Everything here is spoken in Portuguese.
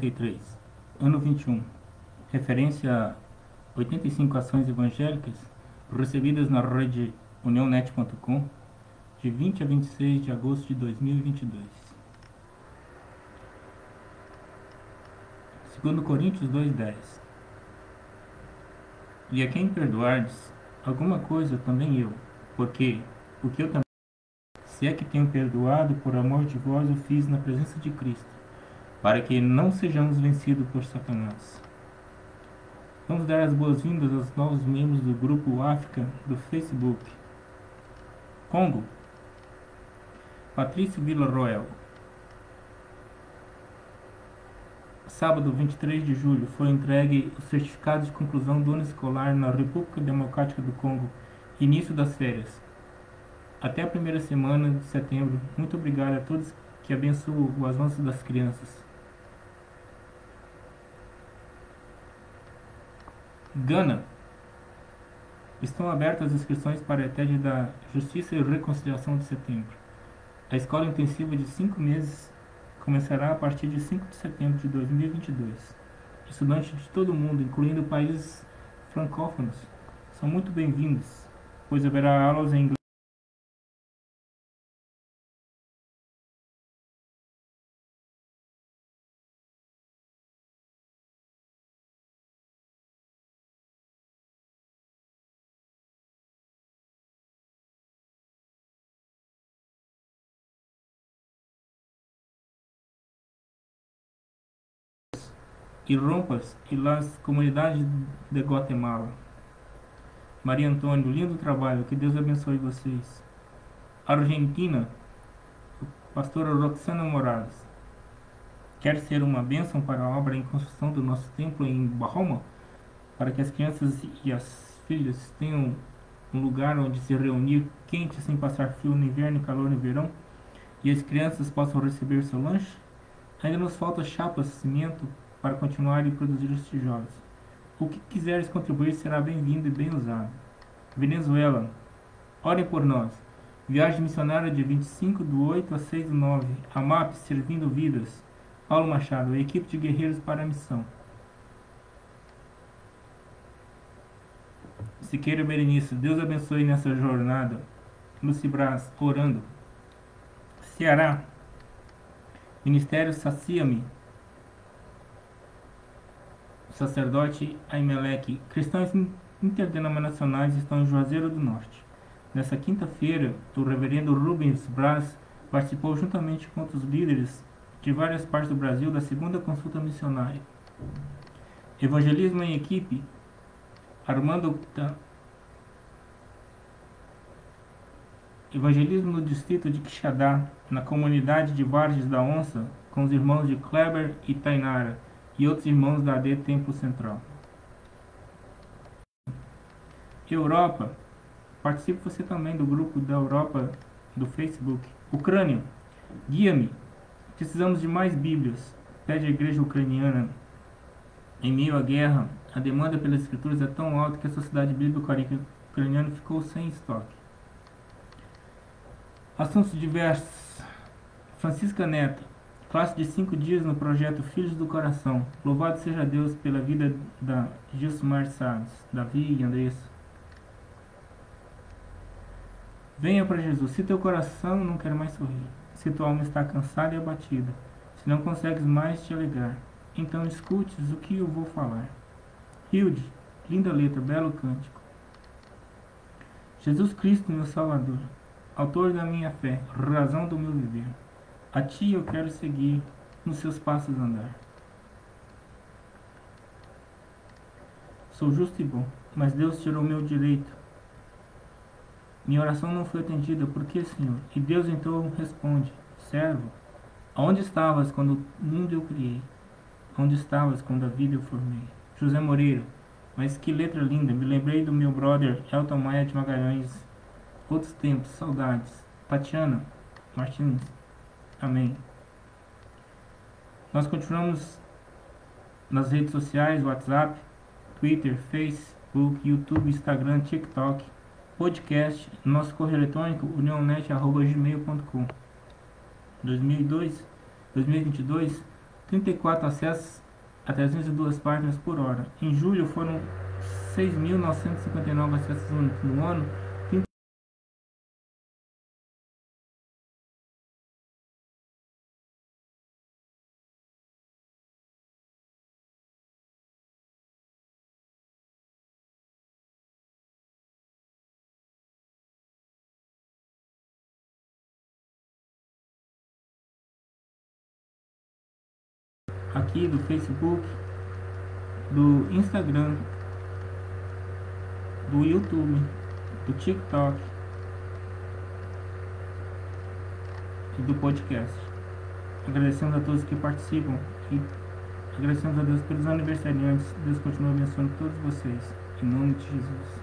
1993, ano 21, referência a 85 ações evangélicas recebidas na rede unionet.com de 20 a 26 de agosto de 2022. Segundo Coríntios 2:10. E a quem perdoardes alguma coisa, também eu, porque o que eu também, se é que tenho perdoado, por amor de vós o fiz na presença de Cristo, para que não sejamos vencidos por Satanás. Vamos dar as boas-vindas aos novos membros do grupo África do Facebook. Congo, Patrício Villarroel. Sábado, 23 de julho, foi entregue o certificado de conclusão do ano escolar na República Democrática do Congo, início das férias. Até a primeira semana de setembro. Muito obrigado a todos que abençoam o avanço das crianças. Gana. Estão abertas as inscrições para a TED da Justiça e Reconciliação de setembro. A escola intensiva de 5 meses começará a partir de 5 de setembro de 2022. Estudantes de todo o mundo, incluindo países francófonos, são muito bem-vindos, pois haverá aulas em inglês. E rompas e las comunidades de Guatemala. Maria Antônio, lindo trabalho, que Deus abençoe vocês. Argentina, pastora Roxana Morales. Quer ser uma bênção para a obra em construção do nosso templo em Bahoma, para que as crianças e as filhas tenham um lugar onde se reunir quente sem passar frio no inverno e calor no verão, e as crianças possam receber seu lanche? Ainda nos falta chapas, cimento, para continuar e produzir os tijolos. O que quiseres contribuir será bem-vindo e bem usado. Venezuela, orem por nós. Viagem missionária de 25/8 a 6/9. AMAP, servindo vidas. Paulo Machado, a equipe de guerreiros para a missão. Siqueira Berenice, Deus abençoe nessa jornada. Luci Braz, orando. Ceará, Ministério Sacia-me. Sacerdote Aimeleque. Cristãos interdenominacionais estão em Juazeiro do Norte. Nessa quinta-feira, o reverendo Rubens Braz participou juntamente com outros líderes de várias partes do Brasil da segunda consulta missionária. Evangelismo em equipe. Armando Evangelismo no distrito de Quixadá, na comunidade de Vargens da Onça, com os irmãos de Kleber e Tainara e outros irmãos da AD Templo Central. Europa, participe você também do grupo da Europa do Facebook. Ucrânia, guia-me. Precisamos de mais Bíblias. Pede a igreja ucraniana. Em meio à guerra, a demanda pelas escrituras é tão alta que a Sociedade Bíblica Ucraniana ficou sem estoque. Assuntos diversos. Francisca Neto, classe de 5 dias no projeto Filhos do Coração. Louvado seja Deus pela vida da Gilsmar Salles, Davi e Andressa. Venha para Jesus. Se teu coração não quer mais sorrir, se tua alma está cansada e abatida, se não consegues mais te alegrar, então escutes o que eu vou falar. Hilde, linda letra, belo cântico. Jesus Cristo, meu Salvador, autor da minha fé, razão do meu viver, a ti eu quero seguir, nos seus passos andar. Sou justo e bom, mas Deus tirou meu direito. Minha oração não foi atendida, por que, Senhor? E Deus então responde: servo, aonde estavas quando o mundo eu criei? Onde estavas quando a vida eu formei? José Moreira, mas que letra linda, me lembrei do meu brother Elton Maia de Magalhães. Outros tempos, saudades. Tatiana Martins, amém. Nós continuamos nas redes sociais, WhatsApp, Twitter, Facebook, YouTube, Instagram, TikTok, podcast, nosso correio eletrônico unionet@gmail.com. 2022 34 acessos a 302 páginas por hora. Em julho foram 6.959 acessos únicos no ano. Aqui do Facebook, do Instagram, do YouTube, do TikTok e do podcast. Agradecemos a todos que participam e agradecemos a Deus pelos aniversariantes. Deus continua abençoando todos vocês. Em nome de Jesus.